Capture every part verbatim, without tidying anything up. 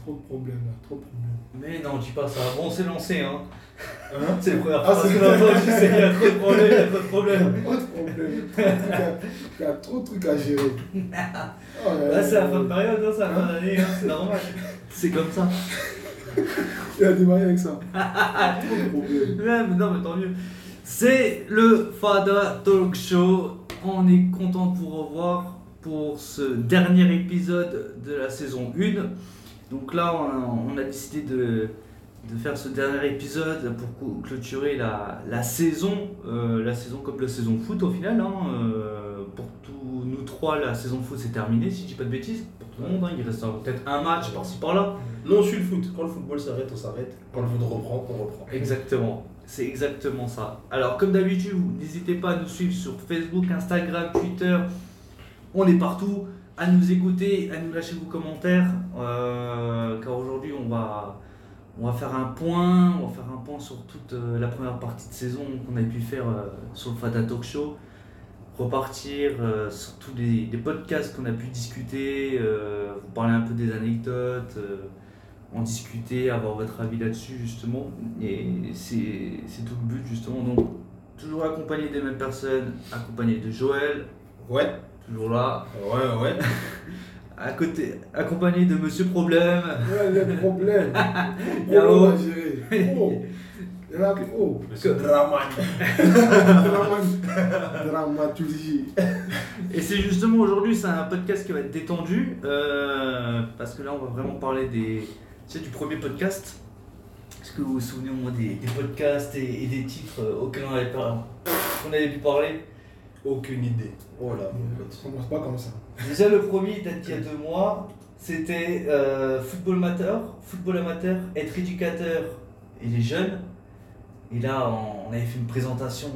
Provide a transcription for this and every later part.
trop de problèmes là, trop de problèmes. Mais non, dis pas ça. Bon, on s'est lancé, hein. Hein C'est la première Ah, fois c'est- que l'entends, tu sais, il y a trop de problèmes, il y a trop de problèmes. Trop de problèmes, trop de trucs à- il y a trop de trucs à gérer. Oh, là, Là, c'est la fin de là, période, hein, c'est la fin Hein d'année, hein, c'est normal. C'est comme ça. Il a démarré avec ça. Trop de problèmes. Ouais, mais non, mais tant mieux. C'est le Fada Talk Show. On est content de vous revoir pour ce dernier épisode de la saison un. Donc là, on a, on a décidé de, de faire ce dernier épisode pour clôturer la, la saison. Euh, la saison comme la saison foot au final. Hein. Euh, pour tous nous trois, la saison foot c'est terminé, si je dis pas de bêtises. Pour tout le monde, hein. Il reste peut-être un match par-ci par-là. Non, on suit le foot. Quand le football s'arrête, on s'arrête. Quand le foot reprend, on reprend. Exactement, c'est exactement ça. Alors comme d'habitude, vous n'hésitez pas à nous suivre sur Facebook, Instagram, Twitter. On est partout. À nous écouter, à nous lâcher vos commentaires. Euh, car aujourd'hui, on va, on va faire un point. On va faire un point sur toute euh, la première partie de saison qu'on a pu faire euh, sur le Fada Talk Show. Repartir euh, sur tous les, les podcasts qu'on a pu discuter. Euh, vous parler un peu des anecdotes. Euh, en discuter, avoir votre avis là-dessus justement, et c'est, c'est tout le but justement, donc toujours accompagné des mêmes personnes, accompagné de Joël, Ouais, toujours là, ouais, ouais. à côté, accompagné de Monsieur Problème, Ouais, les problèmes. Il y a Problèmes haut. à gérer. Oh. Il y en a trop. Monsieur Draman. Drama- Dramaturgie. et c'est justement aujourd'hui, c'est un podcast qui va être détendu, euh, parce que là on va vraiment parler des, tu sais, du premier podcast. Est-ce que vous vous souvenez au moins des, des podcasts et, et des titres euh, auxquels on avait, par- qu'on avait pu parler? Aucune idée. Oh là, mon pote. On commence pas comme ça. Déjà le premier, date d'il y a deux mois, c'était euh, football amateur, football amateur, être éducateur et les jeunes. Et là, on, on avait fait une présentation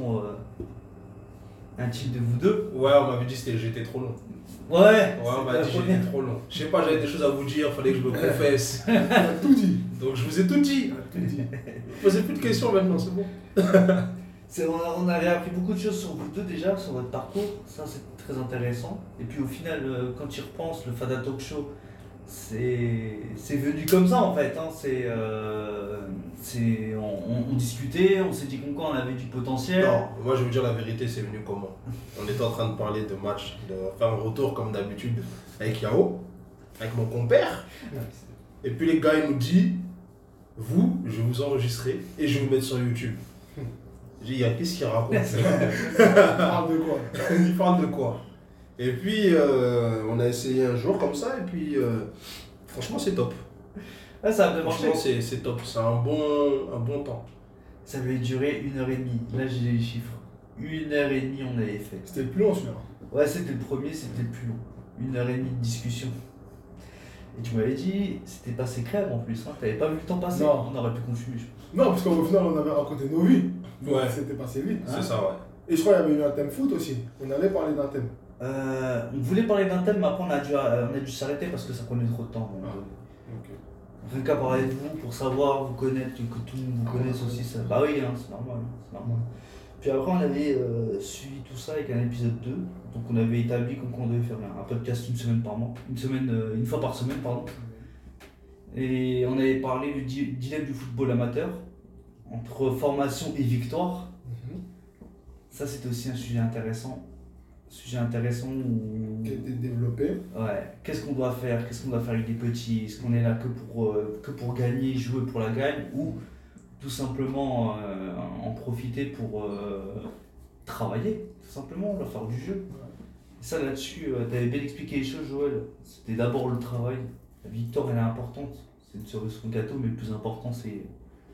euh, intime de vous deux. Ouais, on m'avait dit que c'était- j'étais trop long. Ouais, Ouais, on c'était m'a la dit que première. j'étais trop long. Je sais pas, j'avais des choses à vous dire, fallait que je me confesse. On a tout dit. Donc je vous ai tout dit. On a tout dit. Posez plus de questions maintenant, c'est bon. C'est- on, a- on avait appris beaucoup de choses sur vous deux déjà, sur votre parcours, ça c'est très intéressant. Et puis au final, euh, quand tu y repenses, le Fada Talk Show, c'est c'est venu comme ça en fait. Hein. C'est, euh, c'est, on, on- on discutait, on s'est dit qu'on quoi, on avait du potentiel. Non, moi je vais vous dire la vérité, c'est venu comment? On était en train de parler de match, de faire un retour comme d'habitude avec Yao, avec mon compère. Et puis les gars, ils nous disent, vous, je vais vous enregistrer et je vais vous mettre sur YouTube. J'ai dit, il y a qu'est-ce qu'il raconte? On parle de quoi? Il parle de quoi? Et puis, euh, on a essayé un jour comme ça, et puis, euh, franchement, c'est top. Ah, ça a bien marché. Franchement, c'est c'est top. C'est un bon, un bon temps. Ça avait duré une heure et demie. Là, j'ai les chiffres. Une heure et demie, on avait fait. C'était le plus long celui-là. Ouais, c'était le premier, c'était le plus long. Une heure et demie de discussion. Et tu m'avais dit, c'était passé crème en plus. Hein. T'avais pas vu le temps passer. Non. On aurait pu continuer. Non, parce qu'au final, on avait raconté nos vies. Donc, Ouais. C'était passé vite. C'est ça, ouais. Et je crois qu'il y avait eu un thème foot aussi. On allait parler d'un thème. Euh, on voulait parler d'un thème, mais après, on a dû, euh, on a dû s'arrêter parce que ça prenait trop de temps. Donc, Ah. euh, Ok. rien qu'à parler de vous pour savoir, vous connaître, que tout le monde vous Ah, connaisse ouais. aussi. Ça... Bah oui, hein, c'est normal. hein, c'est normal. Puis après, on avait euh, suivi tout ça avec un épisode deux. Donc, on avait établi comme quoi on devait faire un un podcast une semaine par mois. Une, semaine, euh, une fois par semaine, pardon. Et on avait parlé du di- dilemme du football amateur entre formation et victoire. Mhm. Ça, c'était aussi un sujet intéressant. Sujet intéressant où. Qui a été développé. Ouais, qu'est-ce qu'on doit faire? Qu'est-ce qu'on doit faire avec les petits? Est-ce qu'on est là que pour, euh, que pour gagner, jouer pour la gagne? Ou tout simplement euh, en profiter pour euh, travailler, tout simplement, leur faire du jeu? Et ça, là-dessus, tu avais bien expliqué les choses, Joël. C'était d'abord le travail. La victoire, elle est importante. C'est une cerise sur le gâteau, mais le plus important, c'est.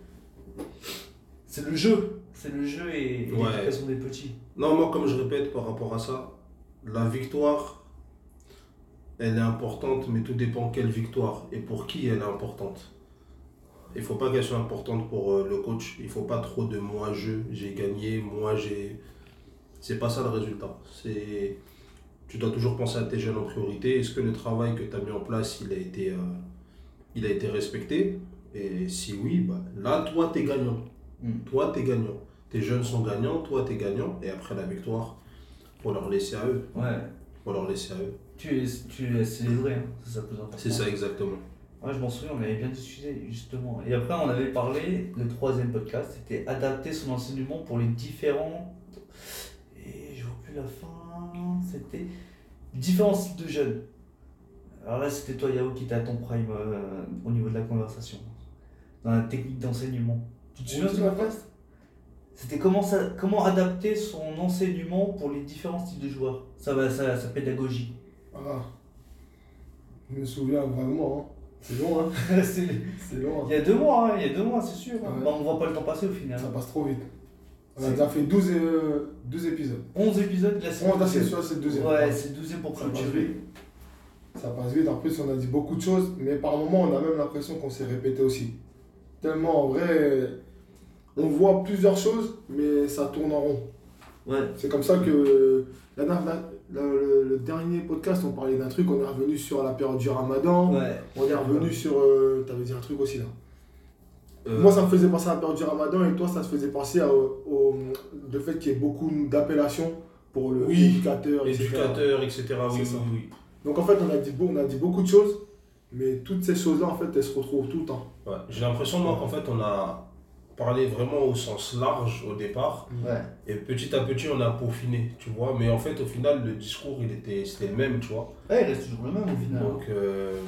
C'est le jeu. C'est le jeu et, et Ouais. l'éducation des petits. Non, moi, comme je répète par rapport à ça, la victoire, elle est importante, mais tout dépend quelle victoire et pour qui elle est importante. Il ne faut pas qu'elle soit importante pour euh, le coach. Il ne faut pas trop de moi, je, j'ai gagné, moi, j'ai. C'est pas ça le résultat. C'est. Tu dois toujours penser à tes jeunes en priorité. Est-ce que le travail que tu as mis en place, il a été, euh, il a été respecté? Et si oui, bah, là, toi, tu es gagnant. Mm. Toi, tu es gagnant. Tes jeunes sont gagnants, toi, tu es gagnant. Et après la victoire, faut leur laisser à eux. Ouais. Faut leur laisser à eux. Tu es, tu es célébré, hein. C'est ça le plus important. C'est ça exactement. Ouais, je m'en souviens, on avait bien discuté justement. Et après, on avait parlé, le troisième podcast, c'était adapter son enseignement pour les différents. Et je vois plus la fin, c'était différents types de jeunes. Alors là, c'était toi, Yao, qui était à ton prime euh, au niveau de la conversation, dans la technique d'enseignement. Tu te souviens de ce podcast ? C'était comment, ça, comment adapter son enseignement pour les différents types de joueurs, ça va, sa, sa pédagogie. Ah, je me souviens vaguement, hein. C'est long, hein. c'est, c'est long. Hein. Il y a deux mois, hein, il y a deux mois, c'est sûr. Hein. Ouais. Bah, on voit pas le temps passer au final. Ça passe trop vite. On a déjà fait douze, euh, douze épisodes. onze épisodes, là c'est onze, là c'est sûr, c'est le douzième. Ouais, c'est le douzième pour ça passe clôturer. vite. Ça passe vite. En plus, on a dit beaucoup de choses, mais par moments, on a même l'impression qu'on s'est répété aussi. Tellement, en vrai, on voit plusieurs choses, mais ça tourne en rond. Ouais. C'est comme ça que la, la, la, le, le dernier podcast, on parlait d'un truc, on est revenu sur la période du Ramadan. Ouais. On est revenu sur... Euh, T'avais dit un truc aussi là. Euh, Moi, ça me faisait penser à la période du Ramadan et toi, ça te faisait penser à, au, au le fait qu'il y ait beaucoup d'appellations pour le Oui, éducateur, et cetera. éducateur, et cetera. Oui, C'est ça. oui, oui. Donc en fait, on a, dit, on a dit beaucoup de choses, mais toutes ces choses-là, en fait, elles se retrouvent tout le temps. Ouais. J'ai l'impression, moi, qu'en fait, on a parlé vraiment au sens large au départ. Ouais. Et petit à petit, on a peaufiné, tu vois. Mais en fait, au final, le discours, il était, c'était le même, tu vois. Ouais, il reste toujours le même au final. Donc, euh,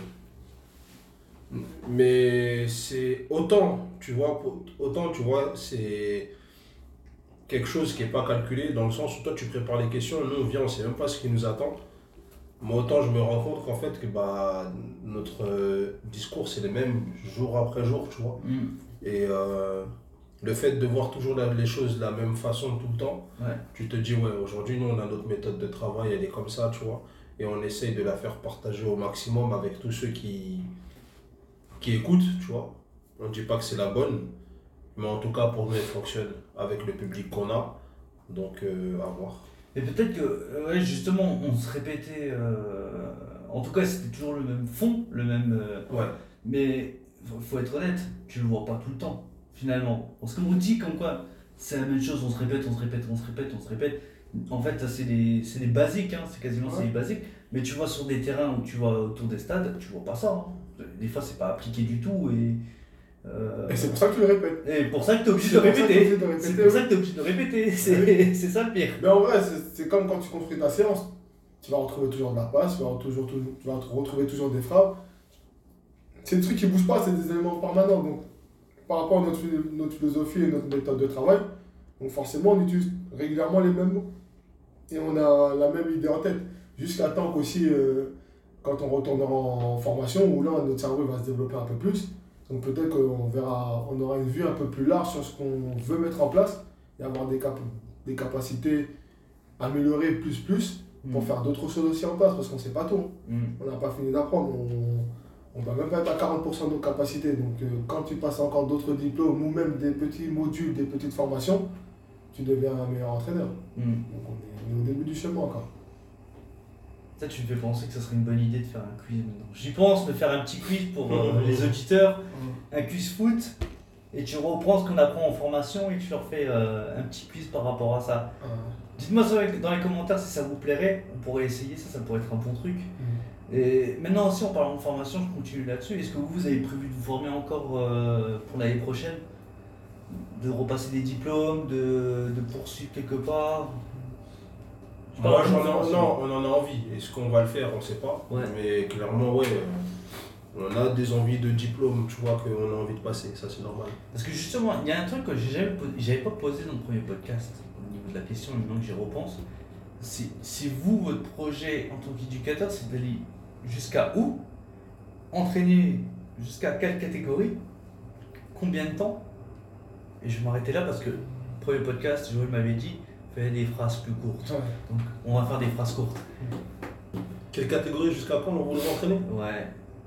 mais c'est autant, tu vois, pour- autant, tu vois, c'est quelque chose qui n'est pas calculé dans le sens où toi, tu prépares les questions, nous, on vient, on ne sait même pas ce qui nous attend. Mais autant, je me rends compte qu'en fait, que bah, notre euh, discours, c'est le même jour après jour, tu vois. Mm. Et euh, le fait de voir toujours la- les choses de la même façon tout le temps, Ouais. tu te dis, ouais, aujourd'hui, nous, on a notre méthode de travail, elle est comme ça, tu vois. Et on essaye de la faire partager au maximum avec tous ceux qui, qui écoutent, tu vois. On ne dit pas que c'est la bonne, mais en tout cas, pour nous, elle fonctionne avec le public qu'on a. Donc, euh, à voir. Et peut-être que, euh, ouais, justement, on se répétait. euh, En tout cas, c'était toujours le même fond, le même. euh, Ouais. Mais faut, faut être honnête, tu le vois pas tout le temps, finalement. Parce qu'on dit comme quoi, c'est la même chose, on se répète, on se répète, on se répète, on se répète. En fait, ça, c'est des, c'est des basiques, hein, c'est quasiment c'est Ouais. des basiques. Mais tu vois sur des terrains où tu vois autour des stades, tu vois pas ça. Hein. Des fois, c'est pas appliqué du tout. Et, euh, Et c'est pour ça que tu le répètes. et pour ça que tu es obligé C'est de pour ça que t'es répéter. obligé de répéter, C'est pour oui. ça que tu es obligé de répéter. C'est c'est ça le pire. Mais en vrai, c'est- c'est comme quand tu construis ta séance. Tu vas retrouver toujours de la passe, tu vas, toujours, toujours- tu vas retrouver toujours des frappes. C'est des trucs qui ne bougent pas, c'est des éléments permanents. Donc, par rapport à notre, philo- notre philosophie et notre méthode de travail, donc forcément, on utilise régulièrement les mêmes mots. Et on a la même idée en tête. Jusqu'à temps qu'aussi, euh, quand on retournera en formation, où là, notre cerveau va se développer un peu plus. Donc peut-être qu'on verra, on aura une vue un peu plus large sur ce qu'on veut mettre en place et avoir des, cap des capacités améliorées plus plus pour Mm. faire d'autres choses aussi en place parce qu'on ne sait pas tout. Mm. On n'a pas fini d'apprendre. On ne va même pas être à quarante pour cent de nos capacités. Donc euh, quand tu passes encore d'autres diplômes ou même des petits modules, des petites formations, tu deviens un meilleur entraîneur. Mm. Donc on est, on est au début du chemin encore. Ça, tu me fais penser que ça serait une bonne idée de faire un quiz maintenant. J'y pense, de faire un petit quiz pour euh, Mmh. les auditeurs, un quiz foot, et tu reprends ce qu'on apprend en formation et tu leur fais euh, un petit quiz par rapport à ça. Euh, Dites-moi ça dans les commentaires si ça vous plairait, on pourrait essayer ça, ça pourrait être un bon truc. Et maintenant aussi, en parlant de formation, je continue là-dessus. Est-ce que vous, vous avez prévu de vous former encore euh, pour l'année prochaine? De repasser des diplômes, de, de poursuivre quelque part? Je Moi, parle j'en de ai- formation. non, on en a envie. Est-ce qu'on va le faire? On ne sait pas. Ouais. Mais clairement, ouais. On a des envies de diplôme, tu vois, qu'on a envie de passer. Ça, c'est normal. Parce que justement, il y a un truc que j'ai jamais posé- j'avais pas posé dans le premier podcast, au niveau de la question, maintenant que j'y repense. Si, si vous, votre projet en tant qu'éducateur, c'est d'aller jusqu'à où? Entraîner jusqu'à quelle catégorie? Combien de temps? Et je vais m'arrêter là parce que, premier podcast, Joël m'avait dit, fais des phrases plus courtes. Ouais. Donc, on va faire des phrases courtes. Quelle catégorie jusqu'à quand on voulait entraîner? Ouais.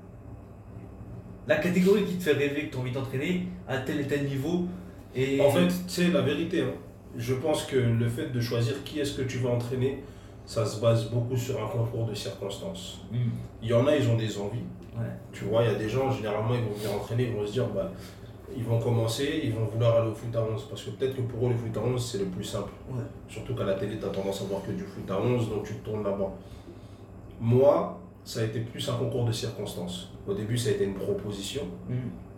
La catégorie qui te fait rêver, que tu as envie d'entraîner à tel et tel niveau. Et... En fait, c'est la vérité. Hein. Je pense que le fait de choisir qui est-ce que tu vas entraîner, ça se base beaucoup sur un concours de circonstances. Mm. Il y en a, ils ont des envies. Ouais. Tu vois, il y a des gens, généralement, ils vont venir entraîner, ils vont se dire, bah, ils vont commencer, ils vont vouloir aller au foot à onze. Parce que peut-être que pour eux, le foot à onze, c'est le plus simple. Ouais. Surtout qu'à la télé, tu as tendance à voir que du foot à onze, donc tu te tournes là-bas. Moi, ça a été plus un concours de circonstances. Au début, ça a été une proposition Mm.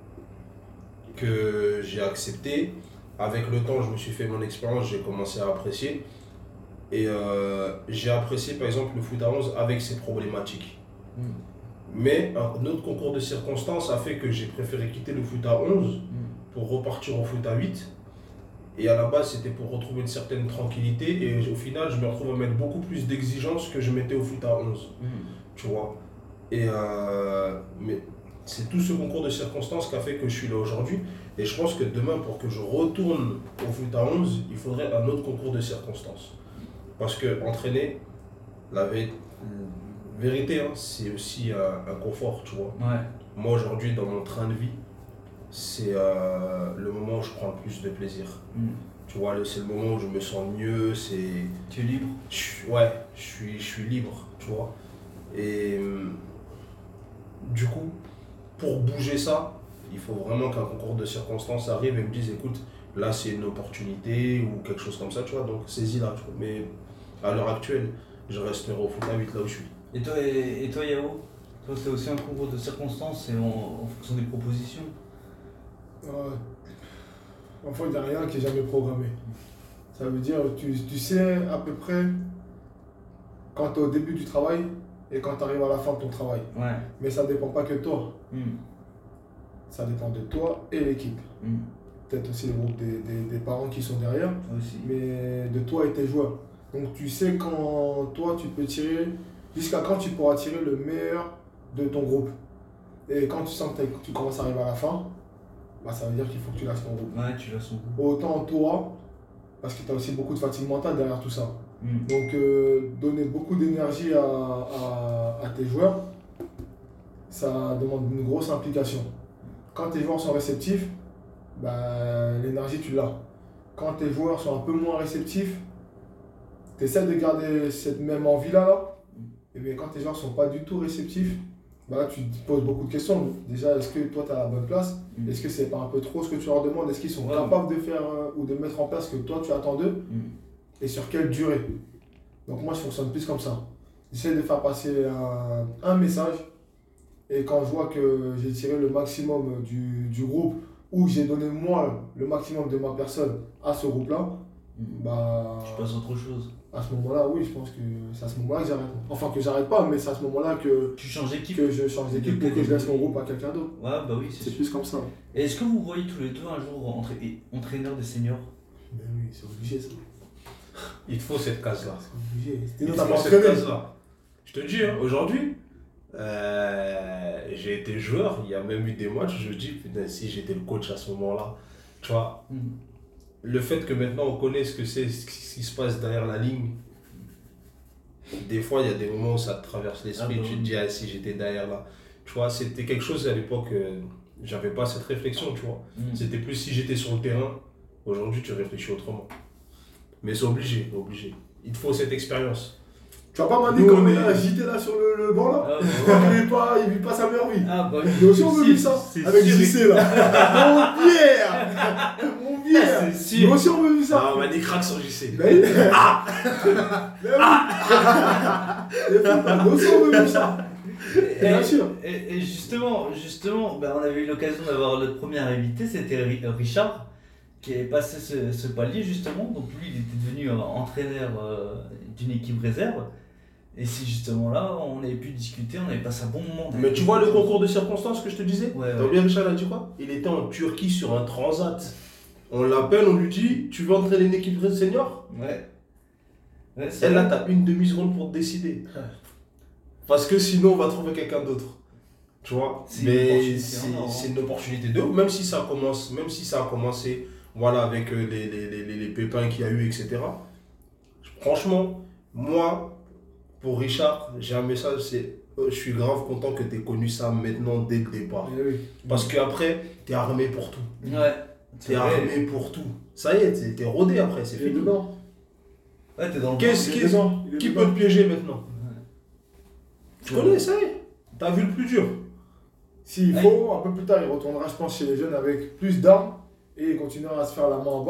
que j'ai acceptée. Avec le temps, je me suis fait mon expérience, j'ai commencé à apprécier. Et euh, j'ai apprécié par exemple le foot à onze avec ses problématiques. Mm. Mais un autre concours de circonstances a fait que j'ai préféré quitter le foot à onze Mm. pour repartir au foot à huit. Et à la base, c'était pour retrouver une certaine tranquillité. Et au final, je me retrouve à mettre beaucoup plus d'exigences que je mettais au foot à onze. Mm. Tu vois. Et euh, mais c'est tout ce concours de circonstances qui a fait que je suis là aujourd'hui. Et je pense que demain, pour que je retourne au foot à onze, il faudrait un autre concours de circonstances. Parce que entraîner, la vé- vérité, hein, c'est aussi un, un confort, tu vois. Ouais. Moi, aujourd'hui, dans mon train de vie, c'est euh, le moment où je prends le plus de plaisir. Mm. Tu vois, le- c'est le moment où je me sens mieux, c'est... Tu es libre. Je suis- ouais, je suis, je suis libre, tu vois. Et euh, du coup, pour bouger ça, il faut vraiment qu'un concours de circonstances arrive et me dise, écoute, là c'est une opportunité ou quelque chose comme ça, tu vois, donc saisis-la, tu vois. Mais à l'heure actuelle, je resterai au foot à huit là où je suis. Et toi, et, et toi Yao, toi c'est aussi un concours de circonstances et en, en fonction des propositions. Ouais. Enfin, il n'y a rien qui est jamais programmé. Ça veut dire, tu, tu sais à peu près quand tu es au début du travail et quand tu arrives à la fin de ton travail. Ouais. Mais ça ne dépend pas que de toi. Mm. Ça dépend de toi et l'équipe. Mm. Peut-être aussi le groupe des, des, des parents qui sont derrière, Aussi. mais de toi et tes joueurs. Donc tu sais quand toi tu peux tirer, jusqu'à quand tu pourras tirer le meilleur de ton groupe. Et quand tu sens que tu commences à arriver à la fin, bah, ça veut dire qu'il faut que tu lâches ton groupe. Ouais, tu l'as son goût. Autant toi, parce que tu as aussi beaucoup de fatigue mentale derrière tout ça. Mm. Donc euh, donner beaucoup d'énergie à, à, à tes joueurs, ça demande une grosse implication. Quand tes joueurs sont réceptifs, bah, l'énergie tu l'as. Quand tes joueurs sont un peu moins réceptifs, tu essaies de garder cette même envie-là. Là. Et bien quand tes joueurs ne sont pas du tout réceptifs, bah, là, tu te poses beaucoup de questions. Déjà, est-ce que toi tu as la bonne place? Mm. Est-ce que c'est pas un peu trop ce que tu leur demandes? Est-ce qu'ils sont Ouais. capables de faire euh, ou de mettre en place ce que toi tu attends d'eux? Mm. Et sur quelle durée? Donc moi je fonctionne plus comme ça. J'essaie de faire passer un, un message et quand je vois que j'ai tiré le maximum du, du groupe ou j'ai donné moi le maximum de ma personne à ce groupe-là, Mm. bah Je passe à autre chose. à ce moment-là, oui, je pense que c'est à ce moment-là que j'arrête. Enfin que j'arrête pas, mais c'est à ce moment-là que, Tu changes d'équipe. que je change d'équipe pour que je laisse mon groupe à quelqu'un d'autre. Ouais, bah oui, c'est C'est sûr. plus comme ça. Et est-ce que vous voyez tous les deux un jour entra- entraîneur des seniors? Mais oui, c'est obligé ça. Il te faut cette case-là. C'est obligé. Il Sinon te t'as faut pas cette entraîné. case-là. Je te dis, hein, aujourd'hui, euh, j'ai été joueur, il y a même eu des matchs, je me dis, putain, si j'étais le coach à ce moment-là, tu vois, Mm. le fait que maintenant on connaît ce que c'est, ce qui se passe derrière la ligne, des fois il y a des moments où ça te traverse l'esprit, Ah bah tu te oui. dis, ah si j'étais derrière là. Tu vois, c'était quelque chose à l'époque, euh, j'avais pas cette réflexion, tu vois. Mm. C'était plus si j'étais sur le terrain, aujourd'hui tu réfléchis autrement. Mais c'est obligé, obligé. Il te faut cette expérience. Tu vas pas m'en dire Nous, qu'on on est est- là, agité là sur le, le banc là? Ah, bah, Il vit pas, il vit pas sa meilleure vie. ah bah oui. Nous aussi on veut Si, vivre ça c'est avec sûr. J C là. Mon Pierre Mon Pierre C'est sûr. Nous aussi on veut vivre ça. Ah, on m'a dit crack sur J C. Ben oui. Ben oui. Nous aussi on veut vivre ça. Et, Bien sûr. et- et justement, justement bah, on avait eu l'occasion d'avoir notre premier invité, c'était Ri- Richard, qui est passé ce, ce palier justement. Donc lui, il était devenu euh, entraîneur euh, d'une équipe réserve. Et c'est justement là, on avait pu discuter, on avait passé un bon moment. Mais tu vois le concours de circonstances que je te disais? Ouais, T'as ouais. bien Richard a dit quoi? Il était en Turquie sur un transat. On l'appelle, on lui dit, tu veux entraîner une équipe senior? Ouais. Ouais, c'est Et là, vrai. t'as une demi-seconde pour te décider. Parce que sinon, on va trouver quelqu'un d'autre. Tu vois? C'est une Mais opportunité c'est en or, hein. c'est une opportunité de ouf. Même si ça commence, même si ça a commencé, voilà, avec euh, les, les, les, les- les pépins qu'il y a eu, et cetera. Franchement, moi, pour Richard, j'ai un message, c'est euh, je suis grave content que tu aies connu ça maintenant dès le départ. Eh oui. Parce qu'après, tu es armé pour tout. Ouais. Tu C'est es vrai. armé pour tout. Ça y est, t'es- t'es rodé après, c'est Il est fini. dedans. Ouais, t'es dans le Qu'est-ce Il est qui, dedans. Il est qui dedans. peut te piéger maintenant? Ouais. Tu connais, ça y est. T'as vu le plus dur. S'il Ouais. faut, un peu plus tard, il retournera, je pense, chez les jeunes avec plus d'armes et il continuera à se faire la main en bas.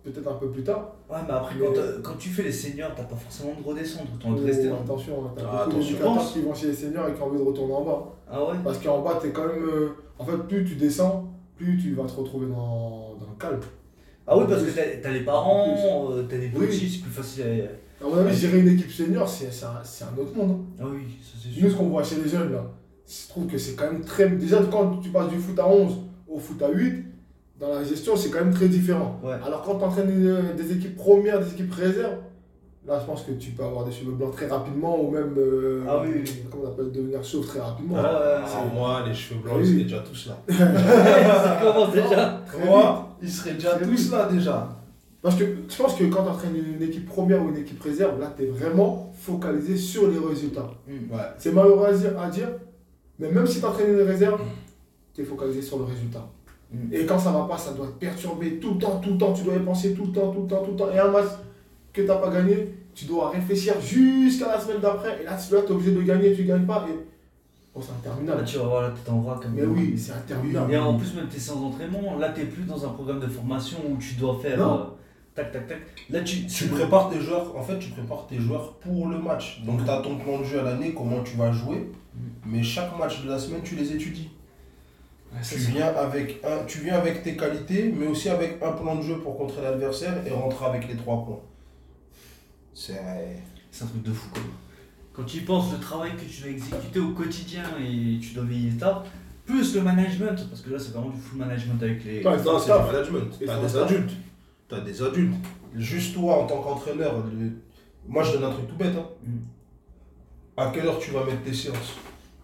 peut-être un peu plus tard. Ouais, mais après, Mais- quand, t'as- quand tu fais les seniors, t'as pas forcément de redescendre. T'as envie de Oh, rester dans. attention, hein, t'as Ah, beaucoup attention. d'éducateurs qui vont chez les seniors et qui ont envie de retourner en bas. Ah ouais? Parce qu'en bas, t'es quand même. euh, En fait, plus tu descends, plus tu vas te retrouver dans, dans le calme. Ah oui, En parce plus. que t'as t'as les parents, En euh, t'as des Oui. petits, c'est plus facile à. À mon avis, gérer une équipe senior, c'est c'est un, c'est un autre monde. hein. Ah oui, ça c'est Nous, sûr. ce qu'on voit chez les jeunes, là, je trouve que c'est quand même très. Déjà, quand tu passes du foot à onze au foot à huit, dans la gestion, c'est quand même très différent. Ouais. Alors, quand tu entraînes des équipes premières, des équipes réserves, là, je pense que tu peux avoir des cheveux blancs très rapidement ou même. euh, Ah oui, oui. Comment on appelle, devenir chauve très rapidement. Ah, Ah, c'est- moi, les cheveux blancs, Oui. ils étaient déjà tous là. Ça commence déjà. Très Moi, ils seraient déjà Très tous vite. là déjà. Parce que je pense que quand tu entraînes une équipe première ou une équipe réserve, là, tu es vraiment focalisé sur les résultats. Mm. Ouais. C'est malheureux à dire, à dire, mais même si tu entraînes une réserve, tu es focalisé sur le résultat. Mm. Et quand ça va pas, ça doit te perturber tout le temps, tout le temps. Tu dois y penser tout le temps, tout le temps, tout le temps. Et un match que tu n'as pas gagné, tu dois réfléchir jusqu'à la semaine d'après. Et là, tu es obligé de gagner, tu ne gagnes pas. Et... Bon, c'est Là, interminable. tu vas voir la tête en vrac. comme- Mais oui, c'est interminable. Et en plus, même tes séances d'entraînement, là, t'es plus dans un programme de formation où tu dois faire. Non. euh, tac, tac, tac. Là, tu. Tu prépares tes joueurs, en fait, tu prépares tes joueurs pour le match. Donc, tu as ton plan de jeu à l'année, comment tu vas jouer. Mais chaque match de la semaine, tu les étudies. Ouais, ça, Tu c'est- viens, avec un, tu viens avec tes qualités, mais aussi avec un plan de jeu pour contrer l'adversaire et rentrer avec les trois points. C'est. C'est un truc de fou, quoi. Quand tu y penses, le travail que tu dois exécuter au quotidien et tu dois veiller tard, plus le management, parce que là, c'est vraiment du full management avec les. Ouais, Non, c'est staff. du management. Et T'as son des staff. adultes. T'as des adultes. Juste toi, en tant qu'entraîneur, le- moi, je donne un truc tout bête. Hein. Mm. À quelle heure tu vas mettre tes séances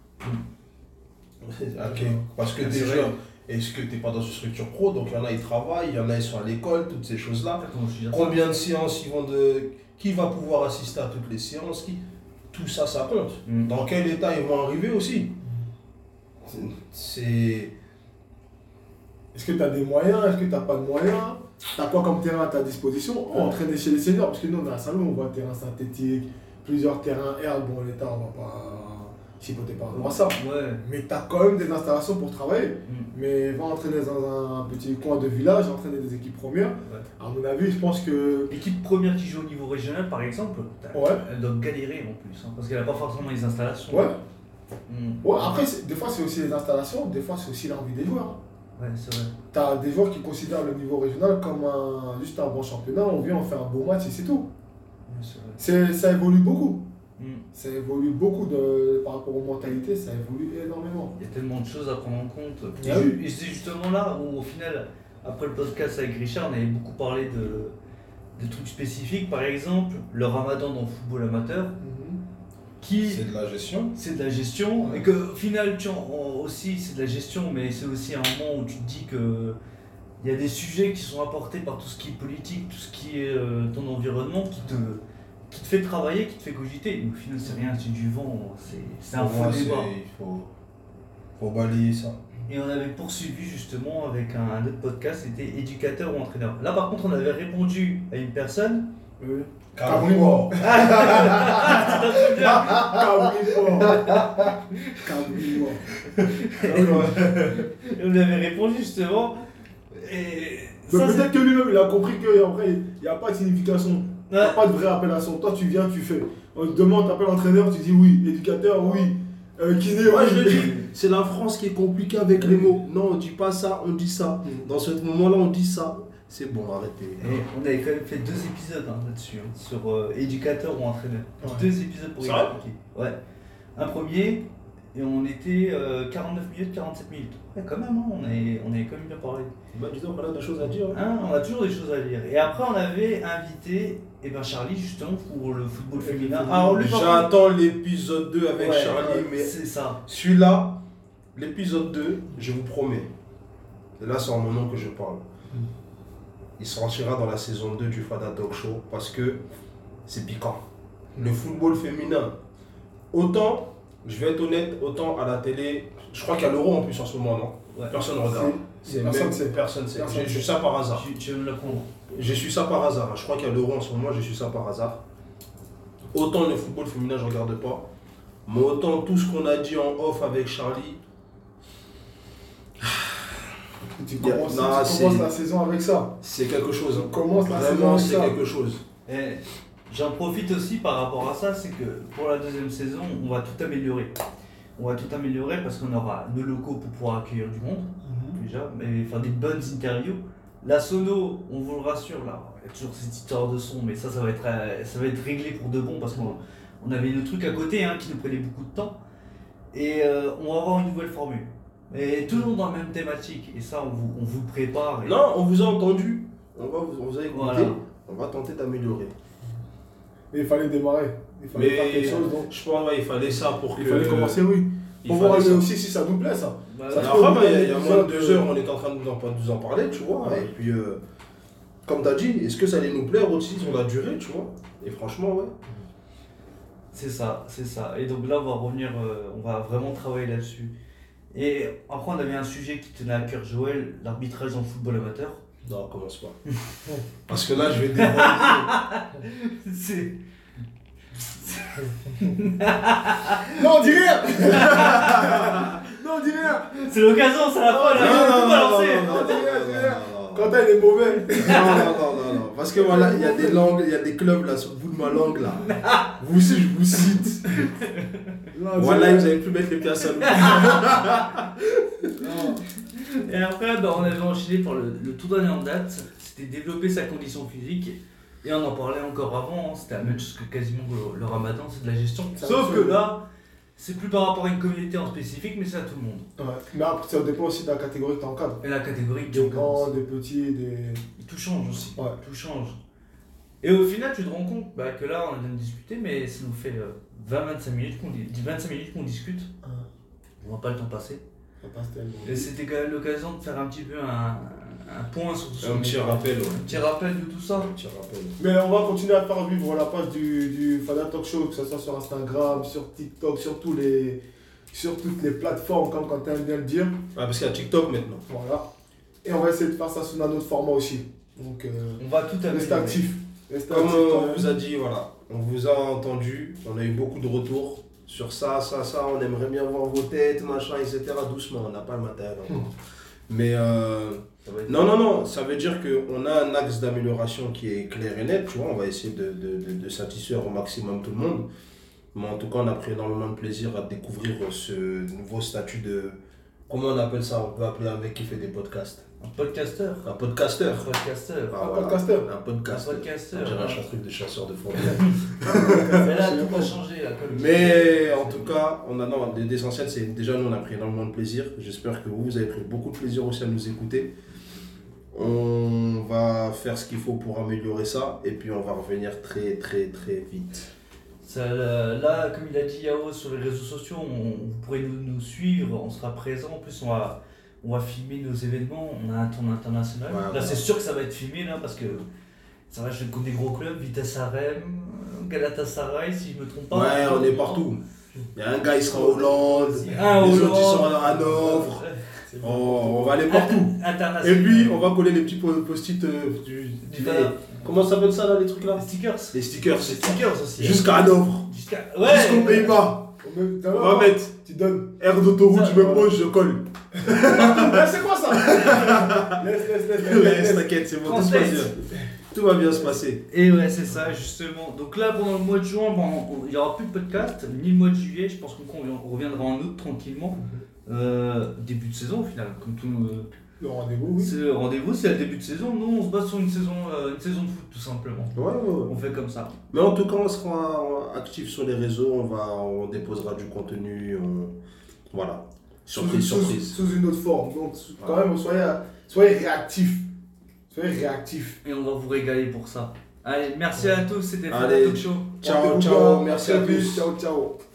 Ok. Parce que Ah, c'est déjà, vrai. est-ce que tu n'es pas dans une structure pro? Donc, il y en a, ils travaillent, il y en a, ils sont à l'école, toutes ces choses-là. Comment je dis ça Combien de séances ils vont de. Qui va pouvoir assister à toutes les séances qui... Tout ça, ça compte. Mm. Dans quel état ils vont arriver aussi. C'est- C'est. Est-ce que tu as des moyens? Est-ce que tu n'as pas de moyens? Tu as quoi comme terrain à ta disposition? On entraîner chez les seniors, parce que nous, on a un salon, on voit un terrain synthétique, plusieurs terrains herbe. Bon, l'État, on va pas chipoter par rapport à ça. Ouais. Mais tu as quand même des installations pour travailler. Mm. Mais va entraîner dans un petit coin de village, entraîner des équipes premières. Ouais. À mon avis, je pense que. L'équipe première qui joue au niveau régional, par exemple, t'as- Ouais. elle doit galérer en plus, hein, parce qu'elle n'a pas forcément les installations. Ouais. Mm. Ouais, après, c'est- des fois, c'est aussi les installations, des fois, c'est aussi l'envie des joueurs. Ouais, c'est vrai. Tu as des joueurs qui considèrent le niveau régional comme un, juste un bon championnat. On vient, on fait un beau match et c'est tout. Ouais, c'est vrai. C'est- Ça évolue beaucoup. Mm. Ça évolue beaucoup de, par rapport aux mentalités, ça évolue énormément. Il y a tellement de choses à prendre en compte. Et, Ah ju- oui. et c'est justement là où, au final, après le podcast avec Richard, on avait beaucoup parlé de, de trucs spécifiques. Par exemple, le ramadan dans le football amateur, qui C'est de la gestion. c'est de la gestion. Et que, au final, tu en- en- aussi, c'est de la gestion, mais c'est aussi un moment où tu te dis que il y a des sujets qui sont apportés par tout ce qui est politique, tout ce qui est euh, ton environnement, qui te, qui te fait travailler, qui te fait cogiter. Mais au final, c'est rien, c'est du vent, c'est c'est un Pour moi, faux c'est- débat. il faut, faut balayer ça. Et on avait poursuivi justement avec un, un autre podcast, c'était éducateur ou entraîneur. Là par contre on avait répondu à une personne. Oui. Carnivore. Carnivore. Carnivore. Et on avait répondu justement. Et Mais ça, peut-être que lui-même, il a compris qu'après, il n'y a pas de signification. Il n'y a Ouais. pas de vraie appellation. Toi, tu viens, tu fais. On te demande, tu appelles entraîneur, tu dis oui. Éducateur, oui. Euh, kiné, Moi, oui. je le dis, c'est la France qui est compliquée avec les mots. Non, on dit pas ça, on dit ça. Dans ce moment-là, on dit ça. C'est bon, arrêtez. Et on avait quand même fait deux épisodes hein, là-dessus, hein, sur euh, éducateur ou entraîneur. Ouais. Deux épisodes pour y C'est vrai expliquer. Ouais. Un premier, et on était euh, quarante-neuf minutes, quarante-sept minutes. Ouais, quand même, hein, on, avait, on avait quand même bien parlé. Bah, dis donc, on a des choses à dire. Hein, on a toujours des choses à dire. Et après, on avait invité eh ben, Charlie justement pour le football féminin. Alors, lui, par contre- J'attends l'épisode deux avec Ouais, Charlie, ouais, mais c'est ça. celui-là, l'épisode deux, je vous promets, et là c'est en mon nom que je parle, il sortira dans la saison deux du Fada Talk Show parce que c'est piquant. Le football féminin, autant, je vais être honnête, autant à la télé, je crois qu'il y a l'euro en plus en ce moment, non? Ouais. Personne ne regarde. C'est Personne même sait. personne sait. Personne J'ai sait. su ça par hasard. Tu, tu veux me l'apprendre. J'ai su ça par hasard. Je crois qu'il y a l'euro en ce moment, j'ai su ça par hasard. Autant le football féminin, je ne regarde pas. Mais autant tout ce qu'on a dit en off avec Charlie. Tu Y a- commences, non, tu c'est- commences la saison avec ça. C'est quelque chose. Tu hein. commences la saison Vraiment, avec c'est ça. quelque chose. Et j'en profite aussi par rapport à ça, c'est que pour la deuxième saison, on va tout améliorer. On va tout améliorer parce qu'on aura nos locaux pour pouvoir accueillir du monde, déjà, mais faire des bonnes interviews. La sono, on vous le rassure, là, il y a toujours cette histoire de son, mais ça, ça va être, euh, ça va être réglé pour de bon parce qu'on on avait nos trucs à côté hein, qui nous prenaient beaucoup de temps. Et euh, on va avoir une nouvelle formule. Et toujours dans la même thématique. Et ça, on vous, on vous prépare. Et... Non, on vous a entendu. On va vous, on vous a écouté. Voilà. On va tenter d'améliorer. Mais il fallait démarrer. Il fallait faire quelque Mais chose. Donc, je pense qu'il fallait ça pour il que. fallait commencer, oui. il Pour fallait voir ça. aussi si ça nous plaît, ça. Bah, Ça là, se Alors, trouve, après, il y a, il y a moins de deux épisode, heures, on est en train de nous en, de nous en parler, tu vois. Ouais. Et puis, euh, comme tu as dit, est-ce que ça allait nous plaire aussi sur la durée, tu vois. Et franchement, ouais. c'est ça, c'est ça. Et donc là, on va revenir, euh, on va vraiment travailler là-dessus. Et après, on avait un sujet qui tenait à cœur, Joël, l'arbitrage en football amateur. Non, commence pas. Parce que là, je vais dévoiler. C'est. Non, dis rien. Non, dis rien. C'est l'occasion, c'est la fin, là. Non, il faut non, tout non, balancer. non, non, non, dis rien, dis rien. non, non, non. Quentin, il est mauvais. Non, non, non, non, non. Parce que voilà, il y a des langues, il y a des clubs là sur le bout de ma langue là. Vous aussi, je vous cite. Non, dis Voilà, rien. vous avez plus mettre les pieds à salon. Non. Et après, bah, on avait enchaîné pour le, le tout dernier en date, c'était développer sa condition physique. Et on en parlait encore avant, hein, c'était la même chose que quasiment le, le ramadan, c'est de la gestion. Ça Sauf me que fait- là, c'est plus par rapport à une communauté en spécifique, mais c'est à tout le monde. Ouais. Mais après, ça dépend aussi de la catégorie que tu encadres. Et la catégorie qui Des grands, des petits, des. tout change aussi. Ouais. Tout change. Et au final, tu te rends compte bah, que là, on vient de discuter, mais ça nous fait euh, vingt à vingt-cinq minutes qu'on di- vingt-cinq minutes qu'on discute. Ouais. On voit pas le temps passer. Ça passe tellement. Et c'était quand même l'occasion de faire un petit peu un, un point sur tout ça. Un petit rappel, ouais. Un petit rappel de tout ça. Un petit rappel. Mais on va continuer à faire vivre la page du, du Fada Talk Show, que ce soit sur Instagram, sur TikTok, sur, tous les, sur toutes les plateformes, comme Quentin vient de le dire. Ouais, parce qu'il y a TikTok maintenant. Voilà. Et on va essayer de faire ça sous un autre format aussi. Donc, euh, On va tout restez améliorer. actifs. Restez Comme actifs euh, quand on même. vous a dit, voilà, on vous a entendu, on a eu beaucoup de retours sur ça, ça, ça, on aimerait bien voir vos têtes, machin, et cetera. Doucement, on n'a pas le matériel encore. Mais euh, Ça va être- non, non, non, ça veut dire qu'on a un axe d'amélioration qui est clair et net, tu vois, on va essayer de, de, de, de satisfaire au maximum tout le monde. Mais en tout cas, on a pris énormément de plaisir à découvrir ce nouveau statut de... Comment on appelle ça? On peut appeler un mec qui fait des podcasts. Un podcasteur. Un podcasteur. Un podcasteur. Ah, Un voilà. podcasteur. Un podcasteur. Un podcasteur, On dirait un ouais. cha- truc de chasseur de fond. Mais là, tout va changer. Là, comme Mais en tout cas, on a, non, l'essentiel, c'est déjà nous, on a pris énormément de plaisir. J'espère que vous, vous avez pris beaucoup de plaisir aussi à nous écouter. On va faire ce qu'il faut pour améliorer ça et puis on va revenir très très très vite. Ça, là, là, comme il a dit Yao sur les réseaux sociaux, on, vous pourrez nous, nous suivre, on sera présent. En plus, on va, on va filmer nos événements. On a un tournoi international. Ouais, là, ouais. c'est sûr que ça va être filmé là parce que ça va jouer contre des gros clubs, Vitesse Arnhem, Galatasaray, si je me trompe pas. Ouais, on est partout. Il y a un gars, il sera en Hollande. Un les Hollande. autres, ils sont à Hanovre. C'est Oh, bon. on va aller partout. International. Et puis, on va coller les petits po- post-it euh, du. Du les- Fada. Comment ça s'appelle ça là, les trucs là? Les stickers. Les stickers. Les stickers aussi. Jusqu'à Hanovre. Jusqu'à. Jusqu'aux Ouais. Pays-Bas. On met- On va mettre Tu donnes. air d'autoroute, Ça, je me voilà. pose, je colle. Ah, c'est quoi ça? Laisse, laisse, laisse, laisse, Laisse, laisse. t'inquiète, c'est bon, tout se Translate. passe bien. Tout va bien se passer. Et ouais, c'est ça, justement. Donc là, pendant le mois de juin, bon, on- il n'y aura plus de podcast, ni le mois de juillet. Je pense qu'on on reviendra en août tranquillement. Euh, début de saison, au final. Comme tout, euh, Le rendez-vous, oui. c'est le rendez-vous, c'est le début de saison. Nous, on se base sur une saison, euh, une saison de foot, tout simplement. Ouais, ouais, ouais. On fait comme ça. Mais en tout cas, on sera actif sur les réseaux, on, va, on déposera du contenu. On... Voilà. Sous, Surprise, sous- surprise. sous une autre forme. Donc, quand Voilà. même, soyez, soyez réactifs. Soyez réactifs. Et on va vous régaler pour ça. Allez, merci à tous, c'était Fada Allez. Talk Show. Ciao, Portez-vous ciao, bien. merci Très à vite. tous. Ciao, ciao.